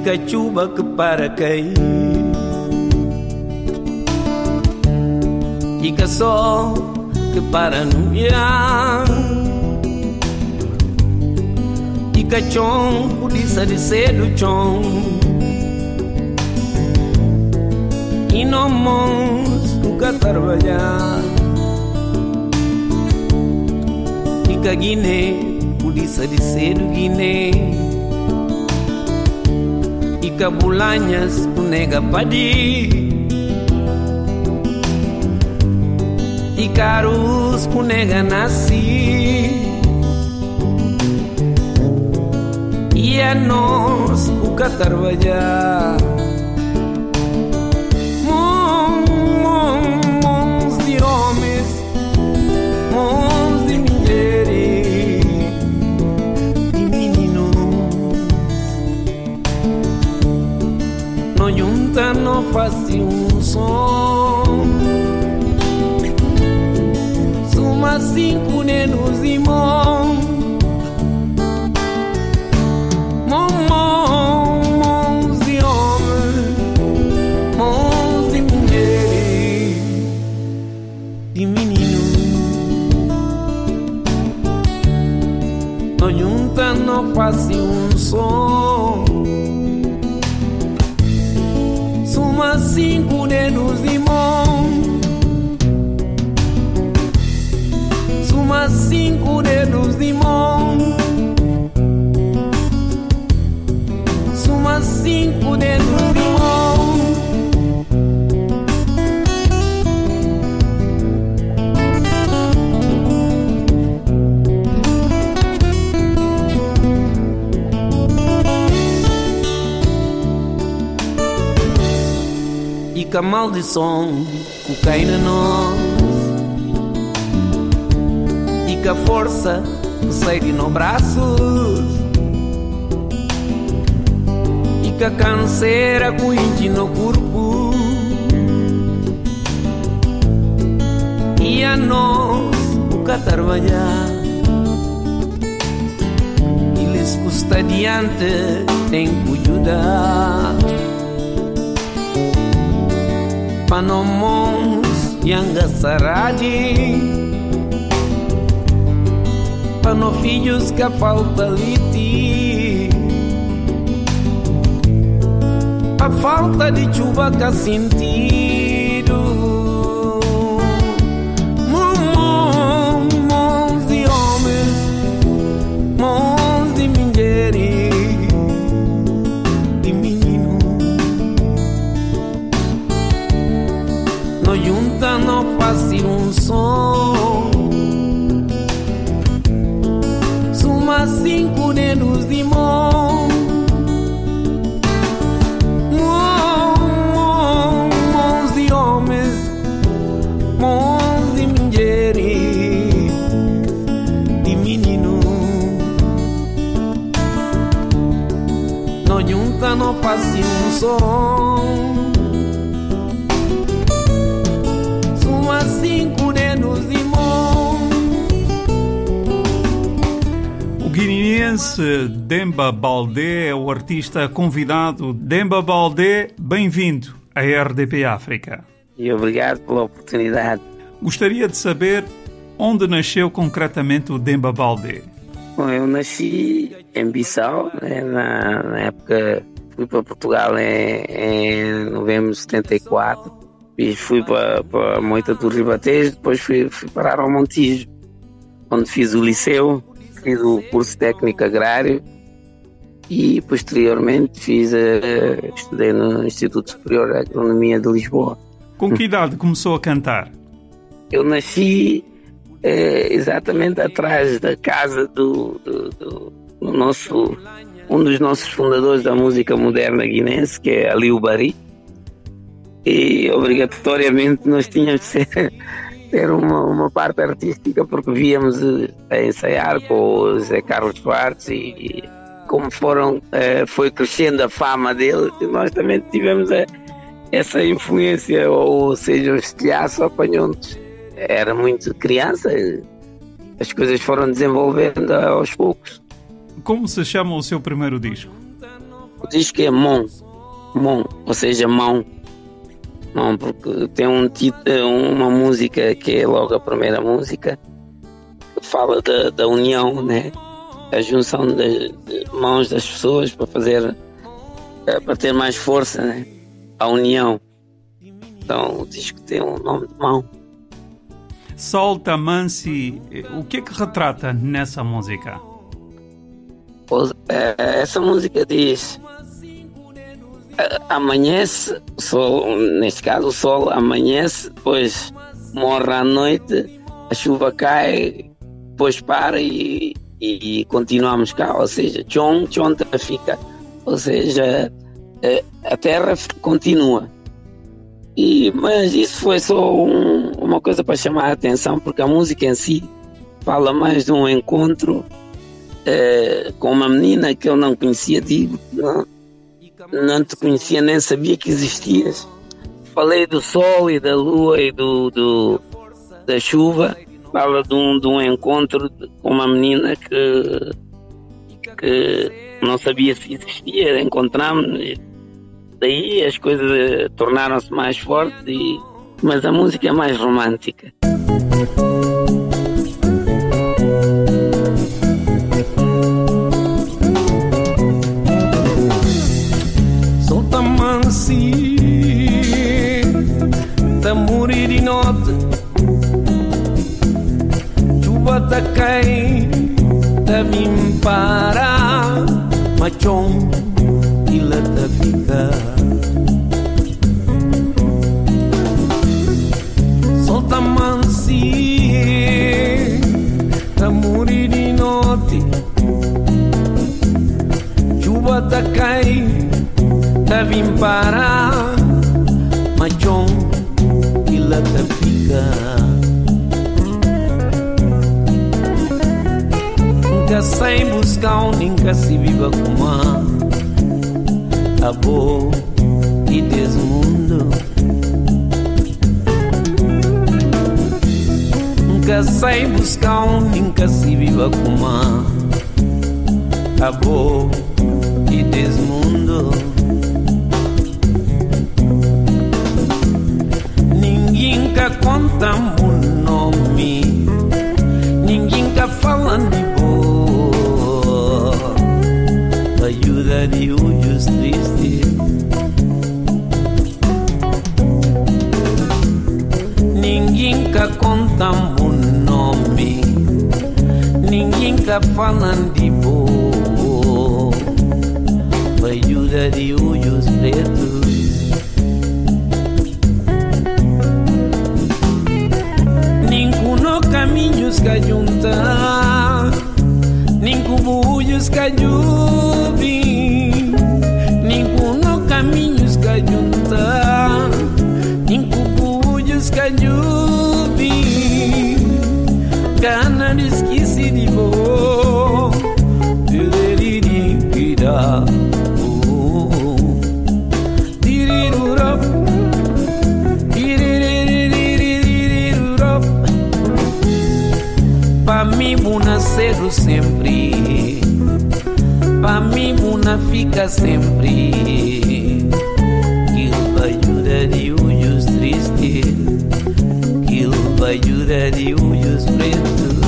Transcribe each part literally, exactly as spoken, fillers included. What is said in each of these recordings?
que a chuva que para cair, e que sol que para anuviar, e que chão polícia de cedo chão, e não mãos nunca trabalhar, e que Guiné polícia de cedo Guiné, e que bulanhas tu nega padi, e carus ku nega nasci, e é nós o que trabalhar. Mãos de homens, mãos de mulheres, de meninos, não junta, não faz um som. Suma cinco nenos e mão, mão, mão, mãos de homens, mãos de mulheres, de meninos, não junta, não faz um som. Suma cinco dedos de mão, suma cinco dedos de mão, suma cinco dedos de mão. E que a maldição que cai na nós, e que a força que sai de nos braços, e que a canseira que enche no corpo, e a nós o que trabalhar, e lhes custa diante tem que ajudar. Para não mãos e angaçarade, para não filhos que a falta liti, a falta de chuva que a sentido. Mãos de homens, mãos de mulheres, de meninos, não junta, não faz um som. Suma cinco dedos de mão, mão, mãos de homens, mãos de mulheres, de meninos, não junta, não faz um som. Suma cinco dedos de mão. O guineense Demba Baldé é o artista convidado. Demba Baldé, bem-vindo à R D P África. E obrigado pela oportunidade. Gostaria de saber onde nasceu concretamente o Demba Baldé. Bom, eu nasci em Bissau, né, na, na época fui para Portugal em, em novembro de setenta e quatro, e fui para, para a Moita do Ribatejo, depois fui, fui parar ao Montijo, onde fiz o liceu, fiz o curso técnico agrário e posteriormente fiz, uh, estudei no Instituto Superior de Agronomia de Lisboa. Com que idade começou a cantar? Eu nasci uh, exatamente atrás da casa do, do, do, do nosso, um dos nossos fundadores da música moderna guinense, que é Aliu Bari, e obrigatoriamente nós tínhamos de ser, ter uma, uma parte artística, porque víamos a ensaiar com o Zé Carlos Schwartz, e, e como foram, eh, foi crescendo a fama dele, nós também tivemos a, essa influência, ou seja, o estilhaço apanhou-nos. Era muito criança, as coisas foram desenvolvendo aos poucos. Como se chama o seu primeiro disco? disco é Mon, Mon, ou seja, mão. Não, porque tem um título, uma música que é logo a primeira música, que fala da, da união, né? A junção das mãos das pessoas para fazer, para ter mais força, né? A união. Então o disco tem um nome de mão. Solta Mansi, o que é que retrata nessa música? Essa música diz: amanhece, o sol, neste caso o sol amanhece, depois morre à noite, a chuva cai, depois para e, e continuamos cá, ou seja, tchon, tchon fica, ou seja, a terra continua. E, mas isso foi só um, uma coisa para chamar a atenção, porque a música em si fala mais de um encontro eh, com uma menina que eu não conhecia, digo, não, não te conhecia, nem sabia que existias. Falei do sol e da lua e do, do, da chuva. Fala de um, de um encontro com uma menina que, que não sabia se existia. Encontramos-nos. Daí as coisas tornaram-se mais fortes, e, mas a música é mais romântica. Solta Mansi, tá morir de noite, chuva tá cai, tá vim parar, machão e lá tá ficar. Solta Mansi, tá morir de noite, chuva tá cai, tá vim parar, machão e lá tá ficar. Nunca sai buscar, nunca se viva com a boa e desmundo. Nunca sai buscar, nunca se viva com a boa e desmundo. Ninguém cá conta o nome, ninguém cá fala de boa, ajuda de olhos tristes. Ninguém cá conta o nome, ninguém cá fala de boa, ajuda de olhos pretos. Ninguno caminhos que juntar, ninguno bulhos que jubim, ninguno caminhos que juntar, ninguno bulhos que jubim, gana de esqueci de boa, diririririra, oh, dirirurop, diriririririra. Pa mim buna cedo sempre, pa mim buna fica sempre, que vai ajuda de olhos tristes, que vai ajuda de olhos pretos.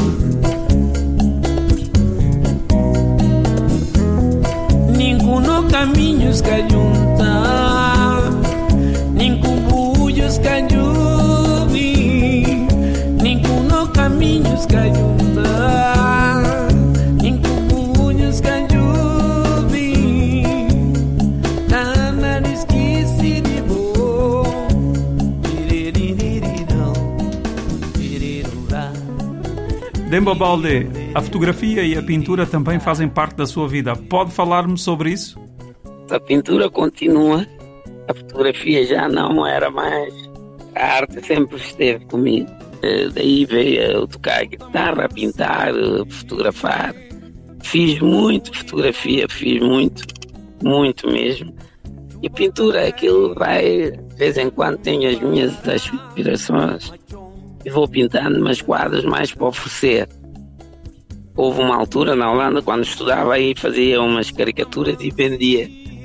Ninguno caminhos que juntar, ninguno bulhos que jubim, ninguno caminhos que juntar, ninguno bulhos que jubim, nada esqueci de boa, diriririrão, dirirurá. Demba Baldé, a fotografia e a pintura também fazem parte da sua vida. Pode falar-me sobre isso? A pintura continua, a fotografia já não era mais. A arte sempre esteve comigo. Daí veio a tocar a guitarra, a pintar, a fotografar. Fiz muito fotografia, fiz muito, muito mesmo. E pintura, aquilo vai, de vez em quando tenho as minhas aspirações e vou pintando umas quadros mais para oferecer. Houve uma altura na Holanda, quando estudava aí, fazia umas caricaturas e vendia.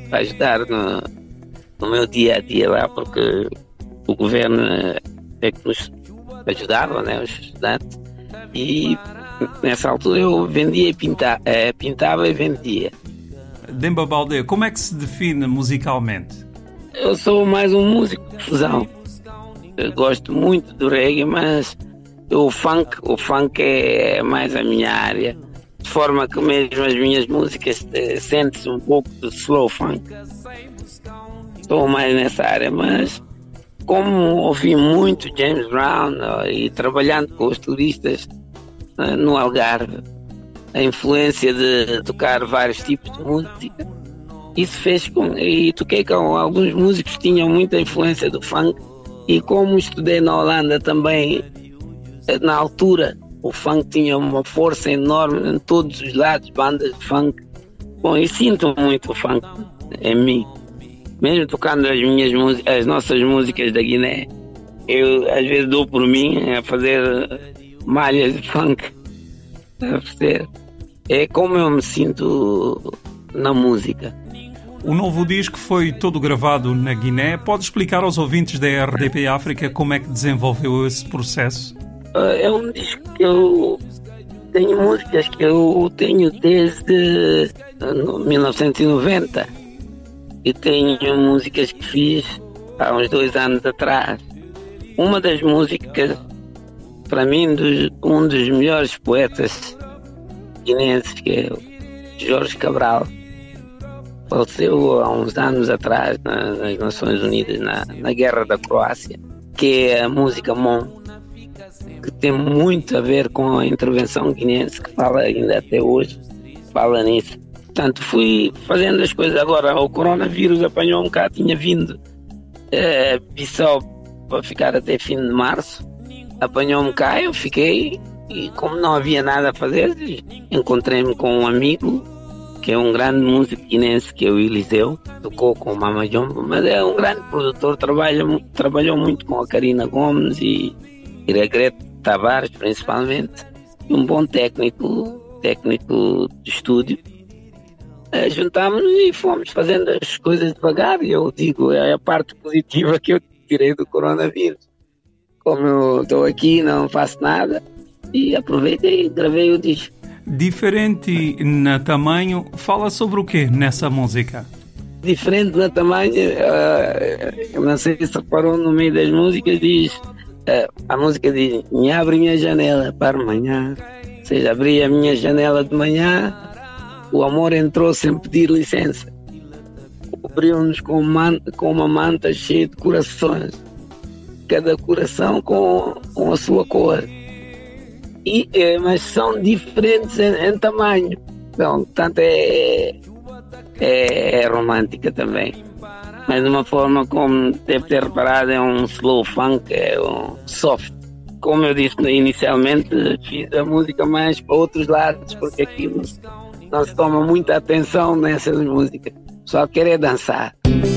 para ajudar no, no meu dia a dia lá, porque o governo é que nos ajudava, né, os estudantes, e nessa altura eu vendia e pintava, é, pintava e vendia. Demba Baldé, como é que se define musicalmente? Eu sou mais um músico de fusão. Eu gosto muito do reggae, mas o funk, o funk é mais a minha área. De forma que mesmo as minhas músicas eh, sente-se um pouco de slow funk. Estou mais nessa área, mas como ouvi muito James Brown eh, e trabalhando com os turistas eh, no Algarve, a influência de tocar vários tipos de música, isso fez com... E toquei com alguns músicos que tinham muita influência do funk, e como estudei na Holanda também, na altura, o funk tinha uma força enorme em todos os lados, bandas de funk. Bom, e sinto muito o funk em mim. Mesmo tocando as minhas músicas, as nossas músicas da Guiné, eu às vezes dou por mim a fazer malhas de funk. É como eu me sinto na música. O novo disco foi todo gravado na Guiné. Pode explicar aos ouvintes da R D P África como é que desenvolveu esse processo? É um disco que eu tenho músicas que eu tenho desde mil novecentos e noventa e tenho músicas que fiz há uns dois anos atrás. Uma das músicas, para mim, dos, um dos melhores poetas guineenses, que é o Jorge Cabral, faleceu há uns anos atrás na, nas Nações Unidas, na, na Guerra da Croácia, que é a música Mon, que tem muito a ver com a intervenção guineense, que fala ainda até hoje, fala nisso. Portanto, fui fazendo as coisas. Agora, o coronavírus apanhou-me cá, tinha vindo é, Bissau para ficar até fim de março, apanhou-me cá, eu fiquei, e como não havia nada a fazer, encontrei-me com um amigo, que é um grande músico guinense, que é o Eliseu, tocou com o Mama Jumbo, mas é um grande produtor, trabalha, trabalhou muito com a Karina Gomes e Iragrete Tavares, principalmente, e um bom técnico, técnico de estúdio. É, juntámos-nos e fomos fazendo as coisas devagar, e eu digo, é a parte positiva que eu tirei do coronavírus. Como eu estou aqui, não faço nada, e aproveitei e gravei o disco. Diferente na tamanho, fala sobre o quê nessa música? Diferente na tamanho, uh, eu não sei se reparou no meio das músicas, diz, uh, a música diz, me abre minha janela para amanhã, ou seja, abri a minha janela de manhã, o amor entrou sem pedir licença, cobriu-nos com, man- com uma manta cheia de corações, cada coração com, com a sua cor. E, é, mas são diferentes em, em tamanho. Então, portanto, é, é, é romântica também. Mas de uma forma, como deve ter reparado, é um slow funk, é um soft. Como eu disse inicialmente, fiz a música mais para outros lados, porque aqui não se toma muita atenção nessas músicas. Só quer é dançar.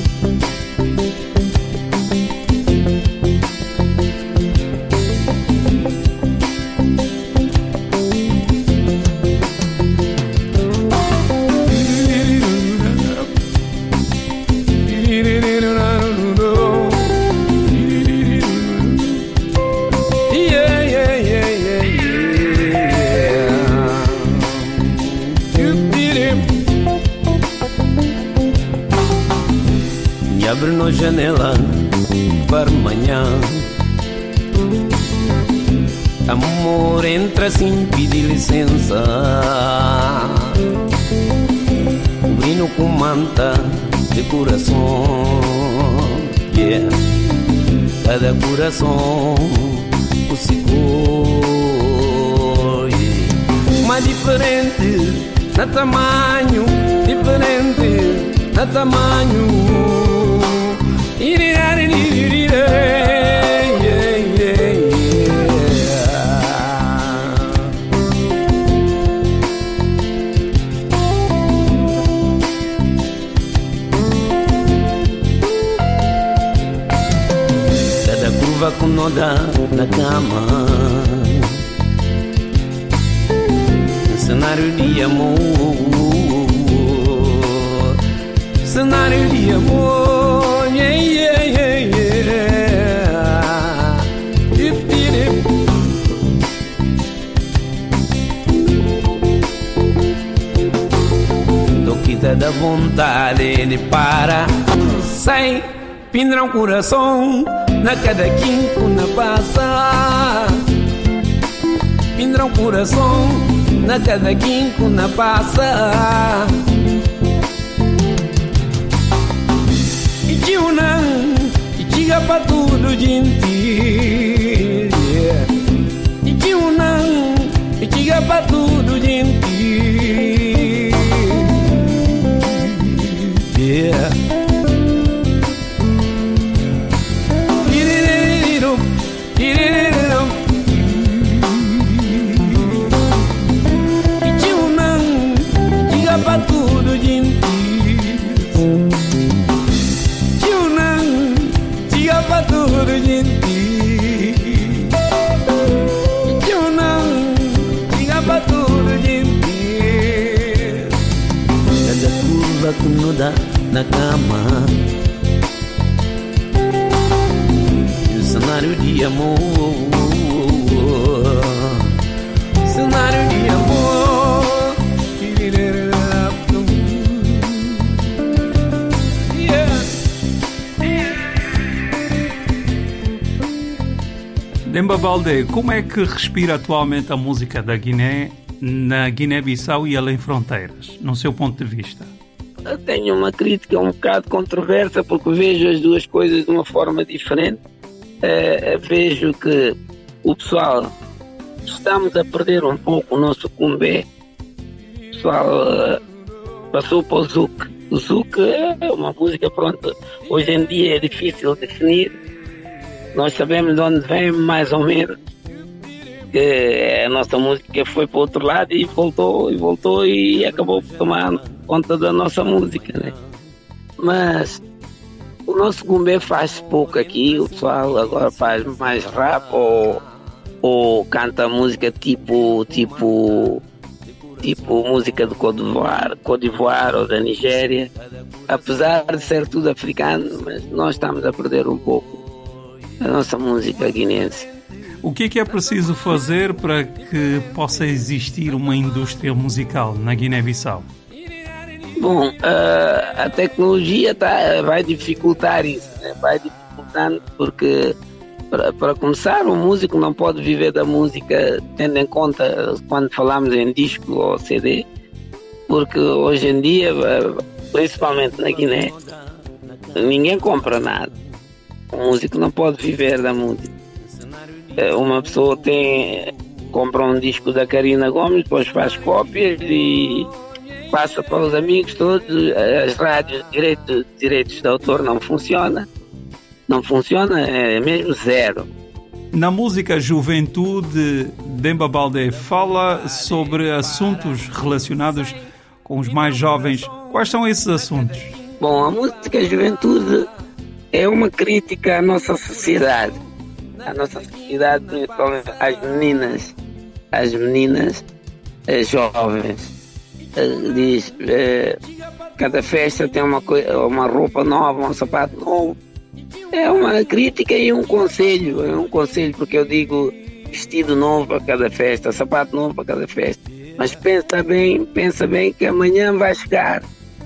Abre-nos janela para amanhã, amor entra sem pedir licença, cobrindo com manta de coração, yeah. Cada coração o seu cor, yeah. Mas diferente na tamanho, diferente na tamanho. Cada curva com noda na cama, um cenário de amor, cenário de amor, yeah, yeah, yeah, yeah. Dip, dip. Do que dá da vontade ele para, sai, pendra um coração na cada quinco na passa. Pendra um coração na cada quinco na passa. E tio não, e diga pra tudo gentil, yeah. E tio não, e diga pra tudo gentil, yeah. Que não dá na cama e o cenário de amor, cenário de amor, yeah. Demba Baldé, como é que respira atualmente a música da Guiné, na Guiné-Bissau e além fronteiras, no seu ponto de vista? Eu tenho uma crítica um bocado controversa porque vejo as duas coisas de uma forma diferente. Uh, vejo que o pessoal, estamos a perder um pouco o nosso cumbé. O pessoal uh, passou para o zouk. O zouk é uma música, pronto, hoje em dia é difícil definir. Nós sabemos de onde vem, mais ou menos. Que a nossa música foi para o outro lado e voltou e voltou e acabou por tomar conta da nossa música, né? Mas o nosso cumbé faz pouco aqui, o pessoal agora faz mais rap ou, ou canta música tipo tipo tipo música do Côte d'Ivoire, Côte d'Ivoire ou da Nigéria, apesar de ser tudo africano, mas nós estamos a perder um pouco a nossa música guinense. O que é que é preciso fazer para que possa existir uma indústria musical na Guiné-Bissau? Bom, uh, a tecnologia tá, vai dificultar isso, né? Vai dificultando porque, para, para começar, o músico não pode viver da música tendo em conta quando falamos em disco ou C D, porque hoje em dia, principalmente na Guiné, ninguém compra nada. O músico não pode viver da música. Uma pessoa tem, compra um disco da Karina Gomes, depois faz cópias e passa para os amigos todos. As rádios, direitos, direitos de autor não funciona, não funciona, é mesmo zero. Na música Juventude, Demba Baldé fala sobre assuntos relacionados com os mais jovens. Quais são esses assuntos? Bom, a música Juventude é uma crítica à nossa sociedade. A nossa sociedade, principalmente às meninas, às meninas eh, jovens. Eh, diz, eh, cada festa tem uma, uma roupa nova, um sapato novo. É uma crítica e um conselho, é um conselho porque eu digo vestido novo para cada festa, sapato novo para cada festa. Mas pensa bem, pensa bem que amanhã vai chegar.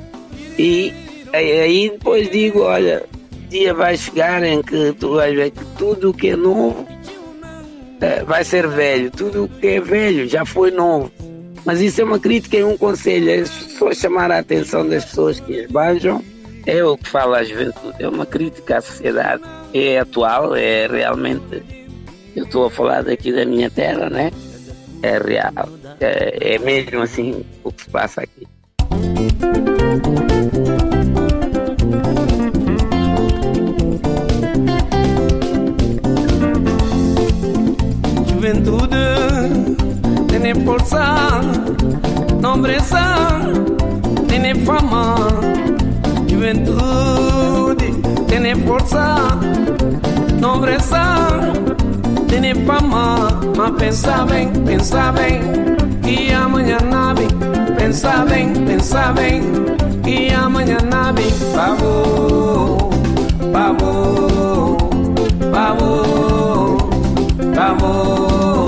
E aí depois digo, olha, dia vai chegar em que tu vais ver que tudo o que é novo é, vai ser velho, tudo o que é velho já foi novo. Mas isso é uma crítica e um conselho, é as pessoas chamar a atenção das pessoas que esbanjam, é o que fala a juventude, é uma crítica à sociedade, é atual, é realmente, eu estou a falar daqui da minha terra, né? É real, é, é mesmo assim o que se passa aqui. Juventude tiene fuerza, nobleza, tiene fama. Juventude tiene fuerza, nobleza, tiene fama. Mas pensa bem, pensa bem, que amanhã vem. Pensa bem, pensa bem, que amanhã vem. Pavô, pavô, pavô, pavô.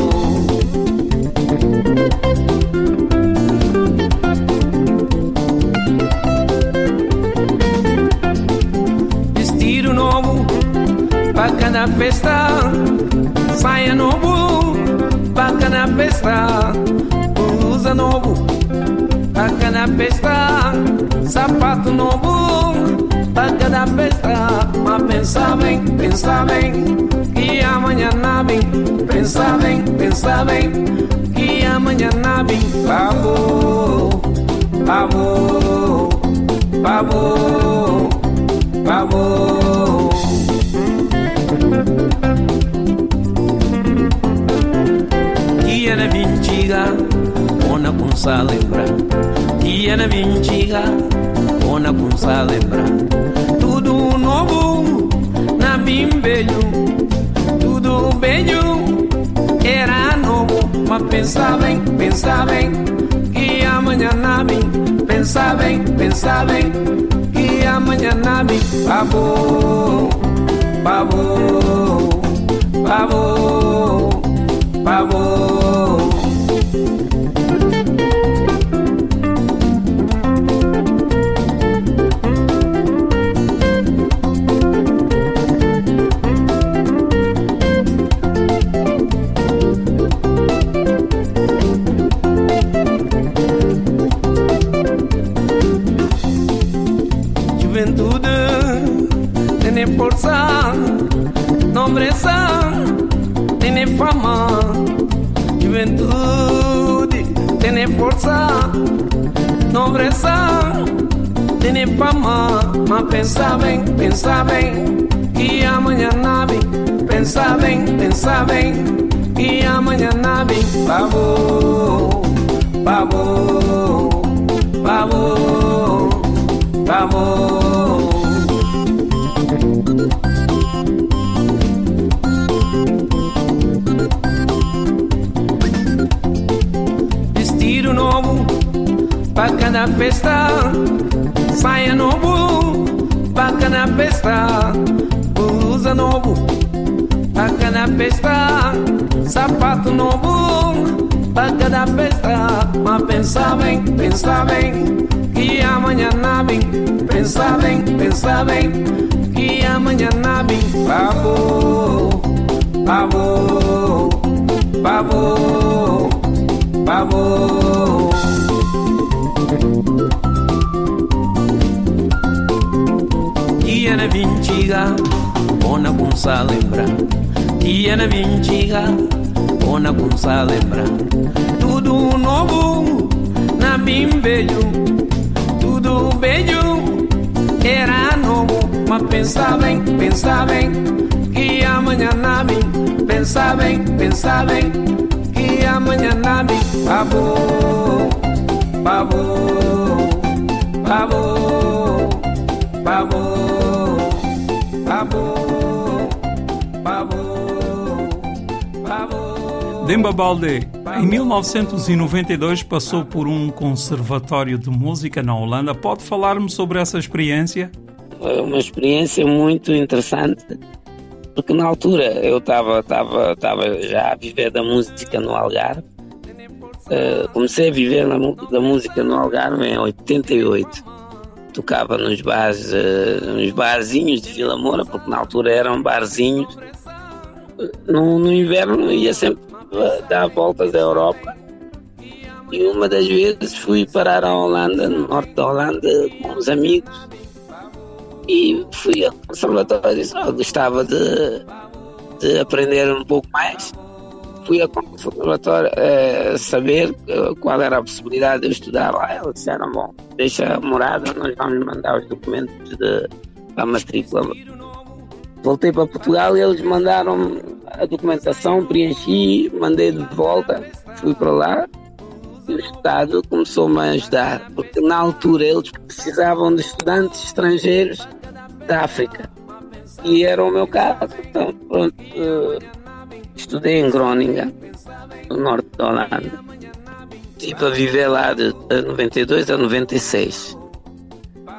Vestido novo pra cada festa, saia novo pra cada festa, blusa novo pra cada festa, sapato novo pra cada festa. Mas pensa bem, pensa bem, que amanhã vem. Pensa bem, pensa bem, que amanhã vem. Pavô, pavô, pavô, pavô. Dia na vintiga, ona com sa lembra. Dia na vintiga, ona com sa lembra. Tudo novo na bimbejo, tudo bello era novo. Mas pensa bem, pensa bem, que amanhã vem. Pensa bem, pensa bem, que amanhã vem. Pavô, pavô, pavô, pavô. Forza, nobreza, tiene fama. Juventud, tiene forza, nobreza, tiene fama. Mas pensa bem, pensa bem, que amanhã vem. Pensa bem, pensa bem, que amanhã vem. Pavô, pavô, pavô, pavô. Vestido novo pra cada festa, saia novo pra cada festa, blusa novo pra cada festa, sapato novo pra cada festa. Mas pensa bem, pensa bem, que amanhã vem. Pensa bem, pensa bem, que amanhã vem. Pavô, pavô, pavô, pavô. Dia na vintiga, ona com sa lembra. Dia na vintiga, ona com sa lembra. Tudo novo na bimbejo, tudo bello era novo. Mas pensa bem, pensa bem, que amanhã vem. Pensa bem, pensa bem, que amanhã vem. Pavô, pavô, pavô, pavô, pavô, pavô, pavô. Demba Baldé, em mil novecentos e noventa e dois, passou por um conservatório de música na Holanda. Pode falar-me sobre essa experiência? Foi uma experiência muito interessante, porque na altura eu estava estava estava já a viver da música no Algarve. Uh, comecei a viver na, da música no Algarve em oitenta e oito. Tocava nos bares, uh, nos barzinhos de Vila Moura, porque na altura eram barzinhos. No, no inverno ia sempre uh, dar voltas à Europa. E uma das vezes fui parar à Holanda, no norte da Holanda, com uns amigos. E fui ao conservatório e disse, oh, gostava de, de aprender um pouco mais. Fui ao conservatório uh, saber uh, qual era a possibilidade de eu estudar lá. Eles disseram, bom, deixa a morada, nós vamos mandar os documentos de, para a matrícula. Voltei para Portugal e eles mandaram a documentação, preenchi, mandei de volta, fui para lá. E o Estado começou-me a ajudar, porque na altura eles precisavam de estudantes estrangeiros da África. E era o meu caso. Então, pronto, uh, estudei em Groningen, no norte da Holanda. Estive a viver lá de noventa e dois a noventa e seis.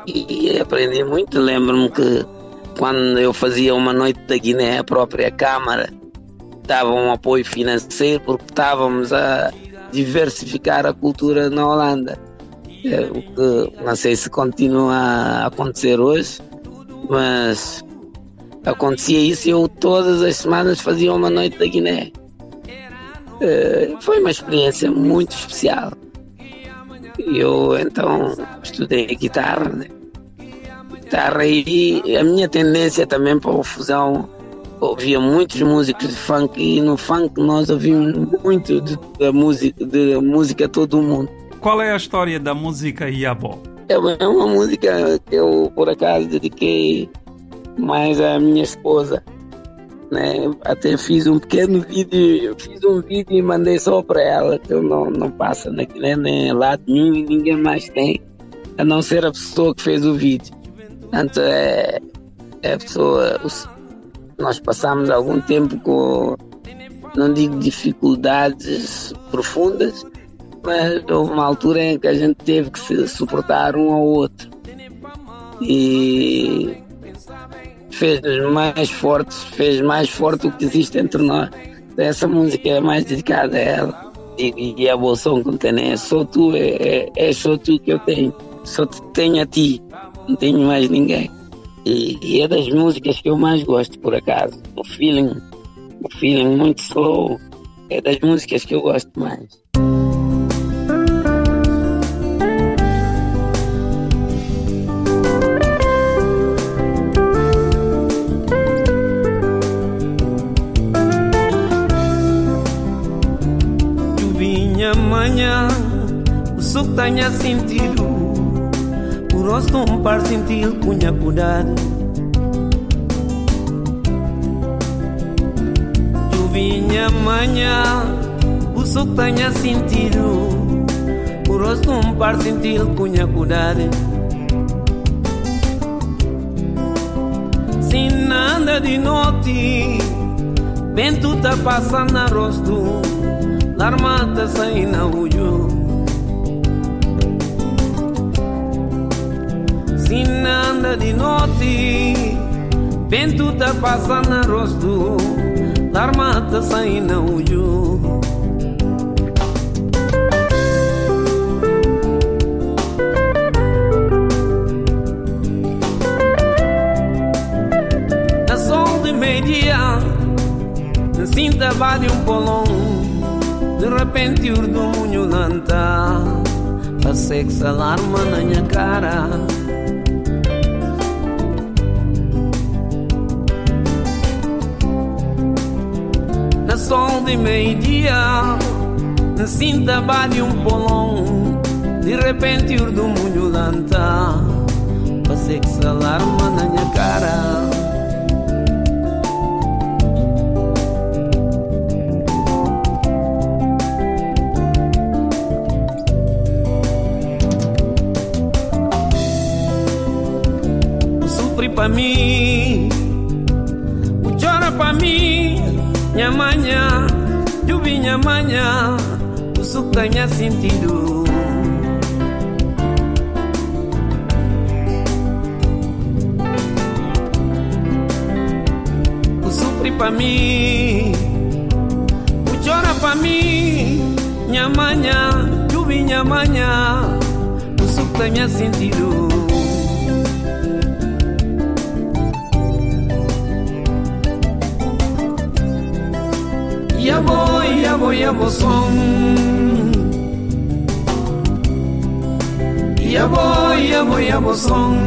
e aprendi muito. Lembro-me que quando eu fazia uma noite da Guiné, a própria Câmara dava um apoio financeiro porque estávamos a diversificar a cultura na Holanda. É, o que não sei se continua a acontecer hoje, mas acontecia isso e eu todas as semanas fazia uma noite da Guiné. É, foi uma experiência muito especial. Eu então estudei guitarra, né? Guitarra e a minha tendência também para a fusão, ouvia muitos músicos de funk e no funk nós ouvimos muito de, de, música, de música todo o mundo. Qual é a história da música Yabo? É uma música que eu por acaso dediquei mais à minha esposa, né? Até fiz um pequeno vídeo, fiz um vídeo e mandei só para ela, que eu não, não passo aqui, né? Nem lado nenhum e ninguém mais tem, a não ser a pessoa que fez o vídeo. Portanto, é, é a pessoa. Os, nós passamos algum tempo com, não digo dificuldades profundas, mas houve uma altura em que a gente teve que se suportar um ao outro. E fez-nos mais fortes, fez mais forte o que existe entre nós. Essa música é mais dedicada a ela. E, e a boa som que não tem, é só tu, é, é, é só tu que eu tenho. Só te tenho a ti, não tenho mais ninguém. E, e é das músicas que eu mais gosto, por acaso. O feeling, o feeling muito slow, é das músicas que eu gosto mais. Amanhã o sol tenha sentido, o rosto um par sentir cunha cuidado. Chuvinha amanhã o sol tenha sentido, o rosto um par sentir cunha cuidado. Se nada de noite, vento tá passando no rosto, l'armata sai na ujo. Se anda de noite, vento tá passando no rosto, l'armata sai na ujo. Na sol de meio-dia, na cinta vale um polão. De repente urdo munho lanta, a sexo alarma na minha cara. Na sol de meio-dia, na cinta bate um polão. De repente urdo munho lanta, a sexo alarma na minha cara. Pra mim, o chora pra mim, minha manhã, eu vi minha manhã, o sol tenha sentido. O sofre pra mim, o chora pra mim, minha manhã, eu vi minha manhã, o sol tenha sentido. Yabo, yabo, yabo som. Yabo, yabo, yabo som.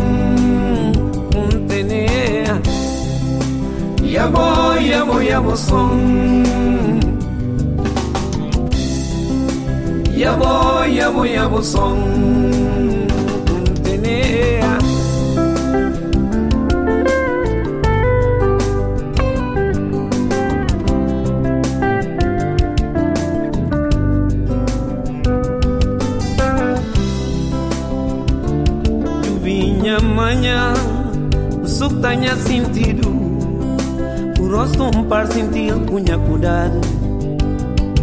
Untenea. Yabo, yabo, yabo som. Yabo, yabo, yabo som. Untenea. Amanhã o sol tenha sentido, o rosto um par sentir cunha cuidado.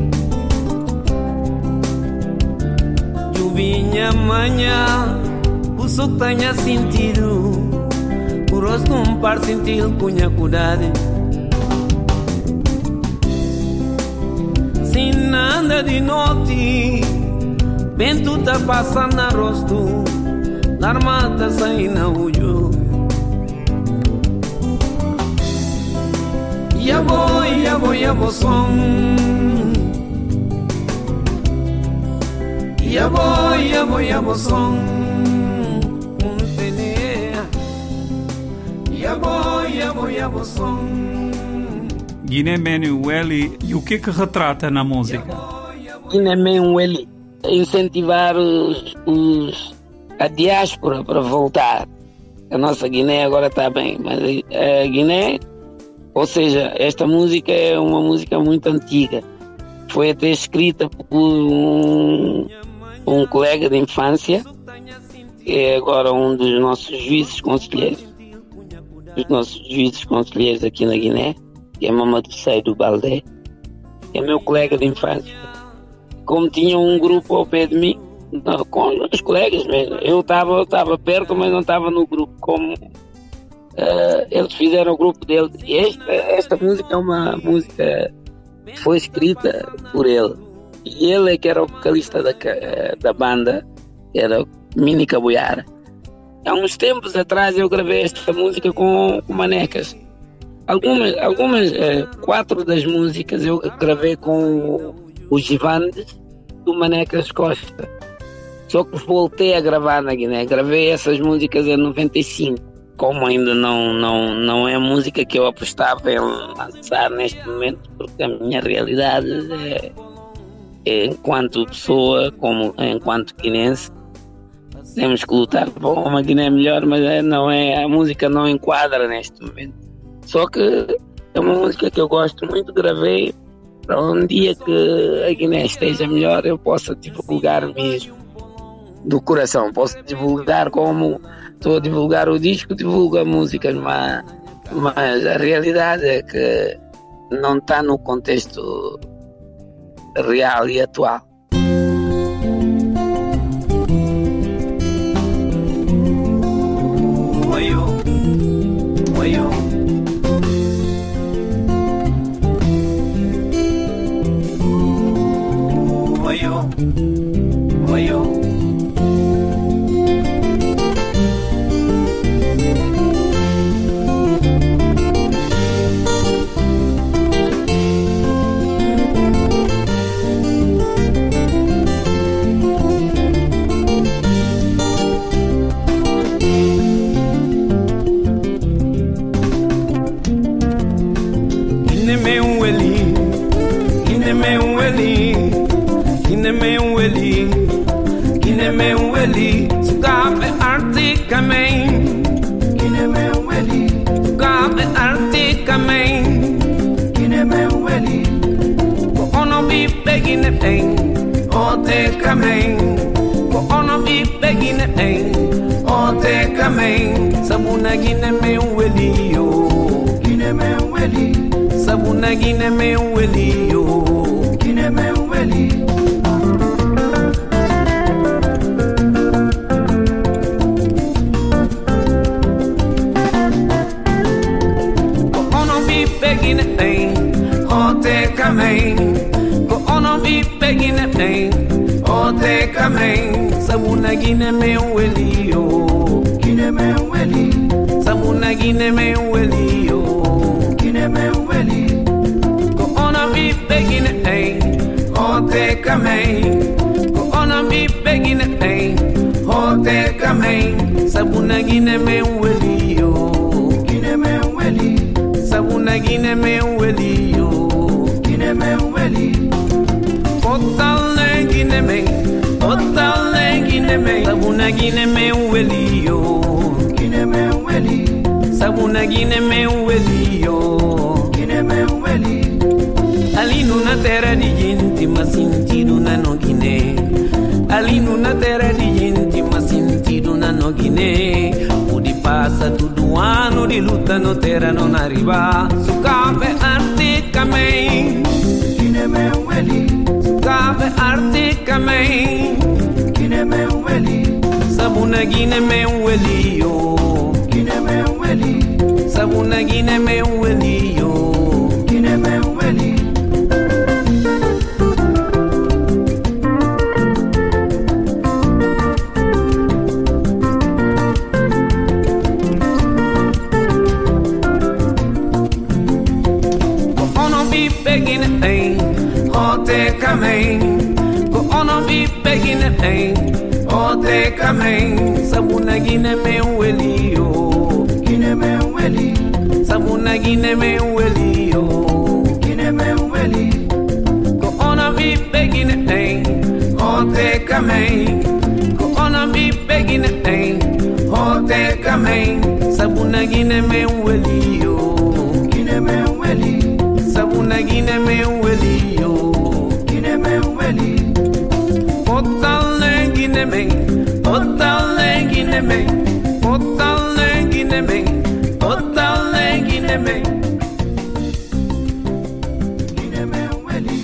Chuvinha amanhã o sol tenha sentido, o rosto um par sentiu cunha cuidade. Se nada de noite, vento tá passando na rosto, na armata sai na olho. Ya voy, ya voy, ya voy son. Ya voy, ya voy, ya voy son. Ya voy, ya voy, ya voy son. Guiné Menueli, e o que que retrata na música? Guiné Menueli incentivar os, os, a diáspora para voltar. A nossa Guiné agora está bem, mas a Guiné, ou seja, esta música é uma música muito antiga. Foi até escrita por um, um colega de infância, que é agora um dos nossos juízes conselheiros, dos nossos juízes conselheiros aqui na Guiné, que é Mamadou Seydou Baldé, que é meu colega de infância. Como tinha um grupo ao pé de mim, não, com os colegas mesmo, eu estava eu perto, mas não estava no grupo, como Uh, eles fizeram o grupo dele. E esta, esta música é uma música que foi escrita por ele. E ele é que era o vocalista da, da banda, que era Mini Cabuiara. Há uns tempos atrás eu gravei esta música com, com Manecas. Algumas, algumas uh, quatro das músicas eu gravei com os Givandes do Manecas Costa. Só que voltei a gravar na Guiné. Gravei essas músicas em noventa e cinco. Como ainda não, não, não é música que eu apostava em lançar neste momento, porque a minha realidade é, é enquanto pessoa, como enquanto guinense, temos que lutar por uma Guiné melhor, mas é, não é, a música não enquadra neste momento. Só que é uma música que eu gosto muito, gravei para um dia que a Guiné esteja melhor eu possa divulgar mesmo do coração, posso divulgar como estou a divulgar o disco, divulgo a música, mas, mas a realidade é que não está no contexto real e atual. Sabuna Guiné Menueli yo, Guiné Menueli. Sabuna Guiné Menueli yo, Guiné Menueli. Ko ono bi begine ein, ote kamen. Ko ono bi begine ein, ote kamen. Sabuna Guiné Menueli yo. Sabuna Guiné Menueli yo, Guiné Menueli. Ko ona bi begine ein, ote kamen. Ko ona bi begine ein, ote kamen. Sabuna Guiné Menueli yo, Guiné Menueli. Sabuna Guiné Menueli yo, Guiné Menueli. Otale Guiné me, otale Guiné me. Sabuna Guiné Menueli yo, Guiné Menueli. Sabuna Guiné Menueli yo, Guiné Menueli. Ali nuna terra de gente, mas sentido na no Guiné. Ali nuna terra de gente, mas sentido na no Guiné. O de passa tudo ano de luta no terra não arriba. Sucave arte camen, Guiné Menueli. Sucave arte camen, Guiné Menueli. Sabuna Sabuna Guiné me welio, Guiné me weli, Sabuna Guiné me welio, Guiné me weli. Begging pain, hote kamen. Go on and be begging pain, hote kamen. Sabuna Guiné me welio, Guiné me weli, Sabuna Guiné me welio, Guiné me weli. go on and be begging pain, hote kamen. Go on and be begging pain, hote kamen. Sabuna Guiné me welio, Guiné me weli, Sabuna Guiné me welio, Guiné me weli. Otale Guiné me, Otale Guiné me, Otale Guiné me, Otale Guiné me. Guiné me weli,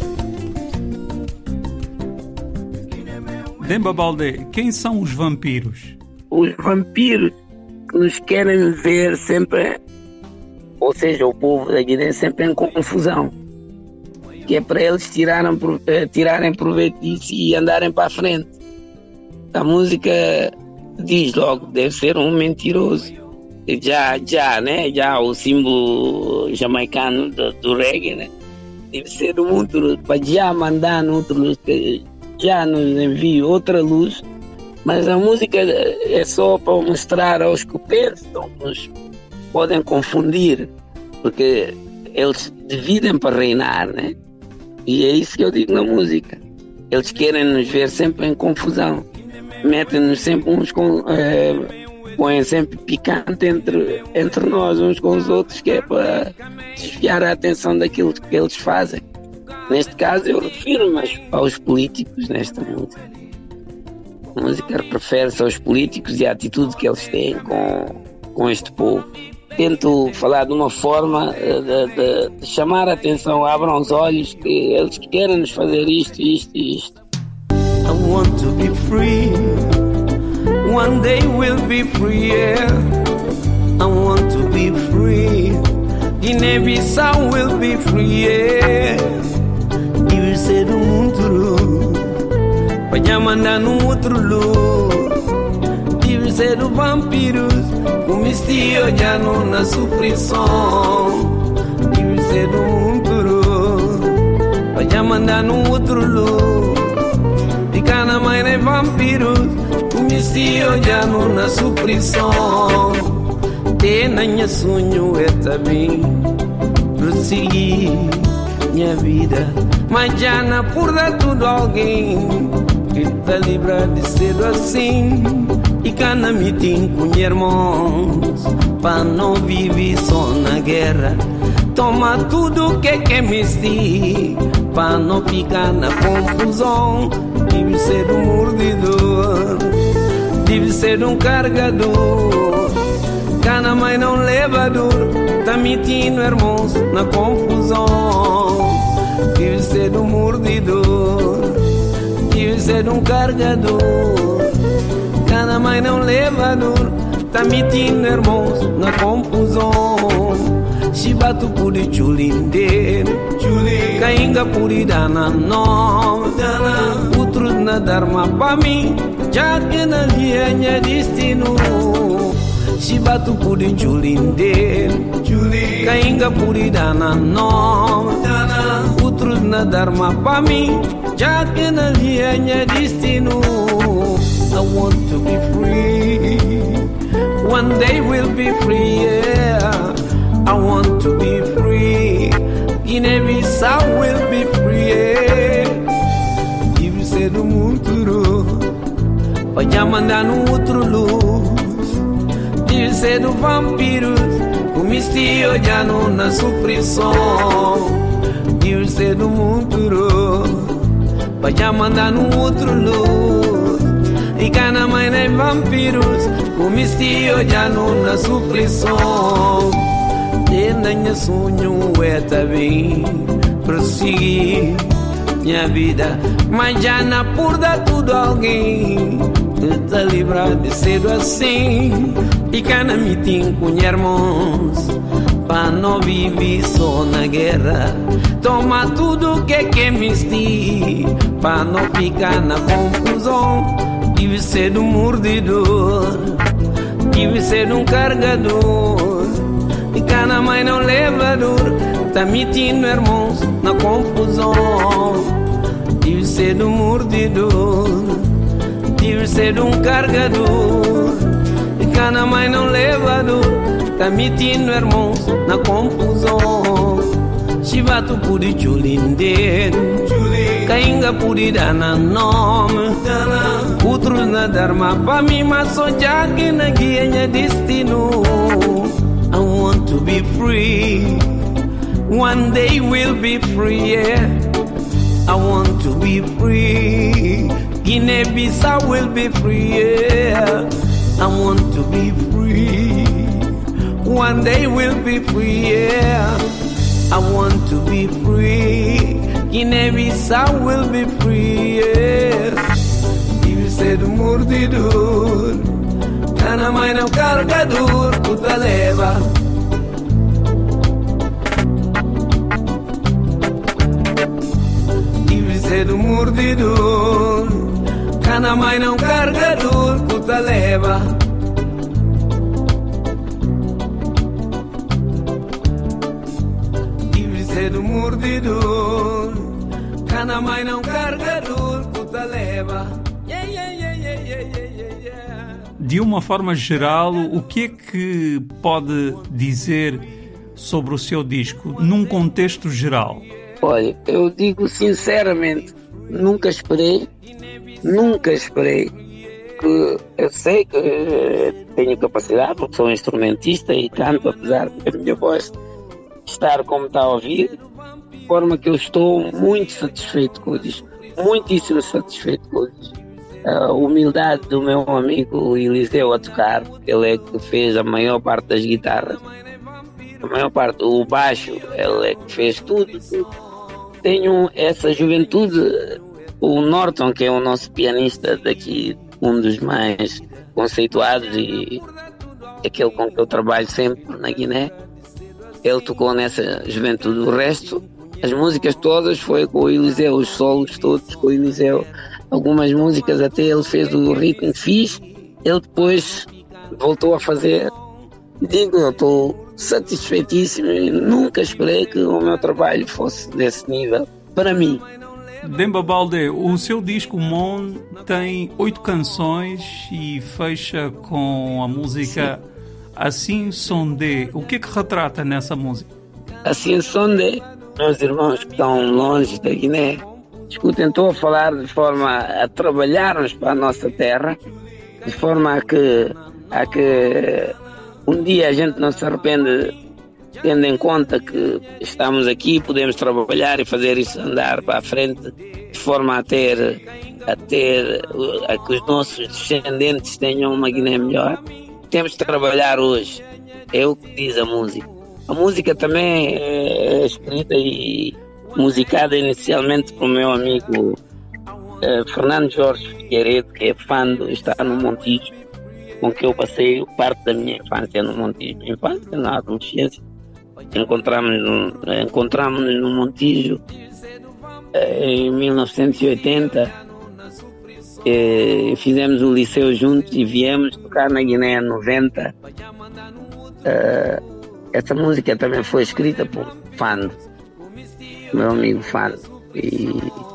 Guiné me weli. Demba Baldé, quem são os vampiros? Os vampiros que nos querem ver sempre, ou seja, o povo da Guiné sempre em confusão, que é para eles tirarem, tirarem proveito disso e andarem para a frente. A música diz logo, deve ser um mentiroso. Já, já, né? Já o símbolo jamaicano do, do reggae, né? Deve ser um outro, para já mandar noutra luz, que já nos envia outra luz, mas a música é só para mostrar aos que pensam, nos podem confundir, porque eles dividem para reinar, né? E é isso que eu digo na música. Eles querem nos ver sempre em confusão, metem-nos sempre uns com, é, põem sempre picante entre, entre nós uns com os outros, que é para desviar a atenção daquilo que eles fazem. Neste caso eu refiro-me aos políticos nesta música. A música refere-se aos políticos e à atitude que eles têm com, com este povo. Tento falar de uma forma de, de, de chamar a atenção, abram os olhos, que eles querem nos fazer isto, isto e isto. I want to be free. One day we'll be free, yeah. I want to be free. Guiné-Bissau will be free, yeah. E will ser do mundo, vai mandar no outro lugar. E will ser do vampiros, o mistério já não na sufrição. E will ser do mundo, vai mandar no outro lugar. Ficana mãe nem vampiros, o mistério já não na sufrição. Tem na minha sonho é também prosseguir minha vida, mas já não por dar tudo a alguém que tá livre de ser assim. E cana me tem com irmãos, para não viver só na guerra. Toma tudo que quer me ser, para não ficar na confusão. Deve ser um mordidor, deve ser um carregador. Cana mãe não leva dor, tá mentindo irmãos na confusão. Deve ser um mordidor, deve ser um carregador. Cana mãe não leva dor, tá mentindo irmãos na confusão. Chibato puri chulinde, chuli cainga puri dana no, dana outro na dharma pa mim, já que na linha destino. Chibato puri chulinde, chuli cainga puri dana no, dana outro na dharma pa mim, já que na linha destino. I want to be free. One day we'll be free, yeah. I want to be free. Guiné-Bissau will be free, yeah. E você do mundo vai mandar no outro luz. E você do vampiros, o mistério já não na sufrição. E você do mundo vai mandar no outro luz. E cana mãe nem vampiros, o mistério já não na sufrição. E na minha sonho é também prosseguir minha vida, mas já não por dar tudo a alguém que te livra de cedo assim. E cana me tem com irmãos, pra não viver só na guerra. Toma tudo que que me esti, pra não ficar na confusão. Tive ser um mordidor, tive ser um cargador. E cana mãe não leva dor, tá metindo irmãos na confusão. Tive ser um mordidor, tive ser um cargador. E cana mãe não leva dor, tá metindo irmãos na confusão. Chivato puri chulindeiro, cainga puri dana nome. Outros na dharma pa mim, mas só já que na guia destino. I want to be free, one day we'll be free, yeah. I want to be free, Guinea-Bissau will be free, yeah. I want to be free, one day we'll be free, yeah. I want to be free, Guinea-Bissau will be free, yeah. Deve ser um mordidor, cana mãe não cargador, puta leva. Deve ser um mordidor, cana mãe não cargador, puta leva. Do mordidor, cana mãe não cargador, puta leva. Yeah, yeah, yeah, yeah, yeah, yeah, yeah. De uma forma geral, o que é que pode dizer sobre o seu disco, num contexto geral? Olha, eu digo sinceramente, nunca esperei, nunca esperei, que eu sei que tenho capacidade, porque sou instrumentista e canto, apesar da minha voz estar como está a ouvir, de forma que eu estou muito satisfeito com o disco, muitíssimo satisfeito com o disco. A humildade do meu amigo Eliseu a tocar, ele é que fez a maior parte das guitarras, a maior parte, o baixo, ele é que fez tudo, tudo. Tenho essa juventude, o Norton, que é o nosso pianista daqui, um dos mais conceituados e aquele com que eu trabalho sempre na Guiné. Ele tocou nessa juventude. O resto, as músicas todas foi com o Eliseu, os solos todos com o Eliseu. Algumas músicas até ele fez o ritmo fixe, ele depois voltou a fazer. Digo, eu estou satisfeitíssimo e nunca esperei que o meu trabalho fosse desse nível, para mim. Demba Baldé, o seu disco Mon tem oito canções e fecha com a música... Sim. Assim Sondé. O que é que retrata nessa música? Assim Sondé, meus irmãos que estão longe da Guiné, escutem, estou a falar de forma a trabalharmos para a nossa terra, de forma a que, a que um dia a gente não se arrepende, tendo em conta que estamos aqui, podemos trabalhar e fazer isso andar para a frente, de forma a ter, a ter a que os nossos descendentes tenham uma Guiné melhor. Temos de trabalhar hoje, é o que diz a música. A música também é escrita e musicada inicialmente pelo meu amigo eh, Fernando Jorge Figueiredo, que é fã do Está no Montijo, com que eu passei parte da minha infância no Montijo. Infância, na adolescência. Encontramos-nos no, encontramos no Montijo eh, em mil novecentos e oitenta. Eh, fizemos o liceu juntos e viemos tocar na Guiné em noventa. Eh, essa música também foi escrita por Fando, meu amigo Fando, e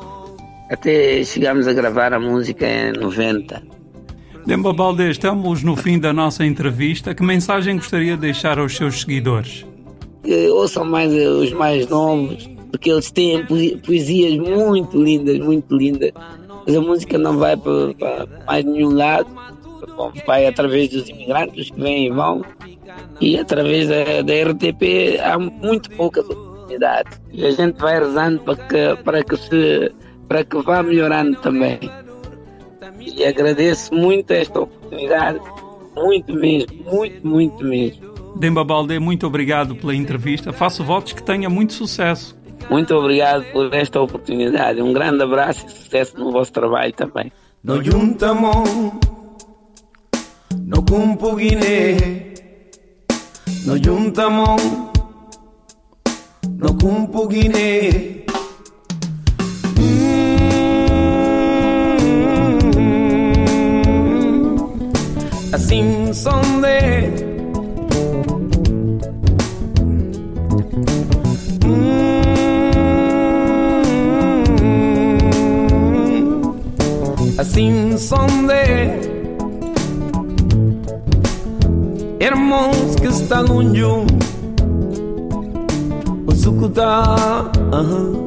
até chegámos a gravar a música em noventa. Demba Baldé, estamos no fim da nossa entrevista. Que mensagem gostaria de deixar aos seus seguidores? Que ouçam mais os mais novos, porque eles têm poesias muito lindas, muito lindas. Mas a música não vai para, para mais nenhum lado, vai através dos imigrantes que vêm e vão, e através da, da R T P há muito poucas oportunidades. E a gente vai rezando para que, para que, se, para que vá melhorando também. E agradeço muito esta oportunidade, muito mesmo, muito, muito mesmo. Demba Baldé, muito obrigado pela entrevista. Faço votos que tenha muito sucesso. Muito obrigado por esta oportunidade. Um grande abraço e sucesso no vosso trabalho também. No juntamos cumpo Guiné, no juntamos, no cumpo Guiné. Mm, assim som de assim som de irmãos que está longe, o sucutá, uh-huh.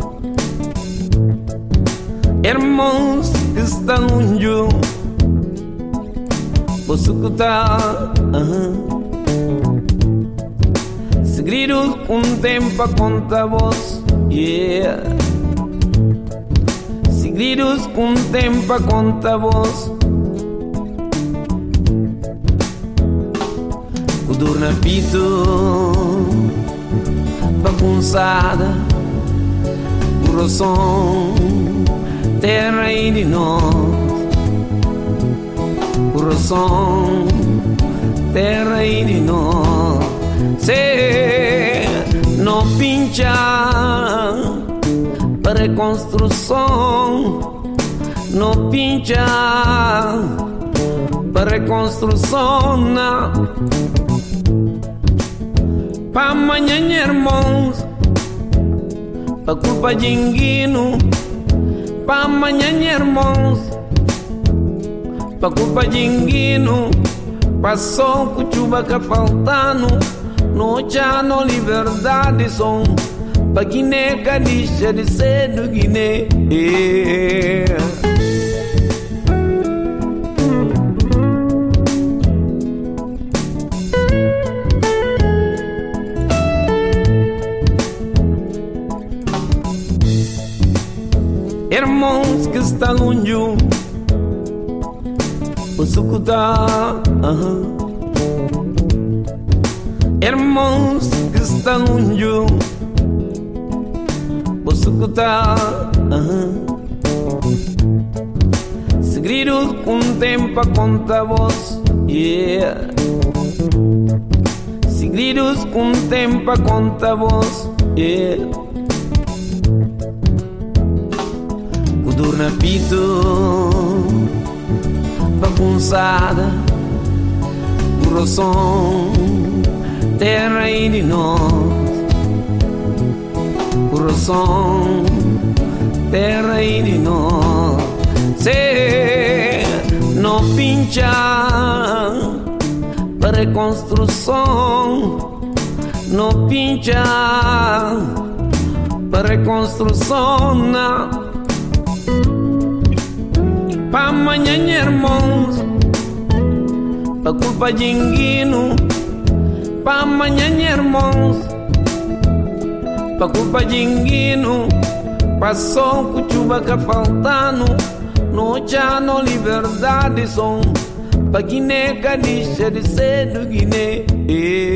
Irmãos que está longe, o sucutá, uh-huh. Segredos com tempo a conta voz, yeah. Segredos com tempo a conta voz. O dor na pito, bagunçada, o roção, terra e de nós. O roção, terra e de nós. Se não pincha para reconstrução, não pincha para reconstrução, não. Pa amanhã, irmãos, pa culpa de inguino. Pa amanhã, irmãos, pa culpa de inguino. Passou com chuva que faltando, no já no liberdade som. Pa Guiné, que deixa de ser do Guiné. Irmãos que está longe, o sucutá, uh-huh. Irmãos que está longe, o sucutá, uh-huh. Segredos com tempo a conta voz, yeah. Segredos com tempo a conta voz, yeah. Dor na pito, bagunçada, o roção, terra e de nós. O roção, terra e de nós. Se não pincha para reconstrução, não pincha para reconstrução, não. Pa amanhã, irmãos, pa culpa de inguino. Pa amanhã, irmãos, pa culpa de inguino. Passou com chuva que faltando, no já no liberdade som. Pa Guiné, que deixa de ser do Guiné.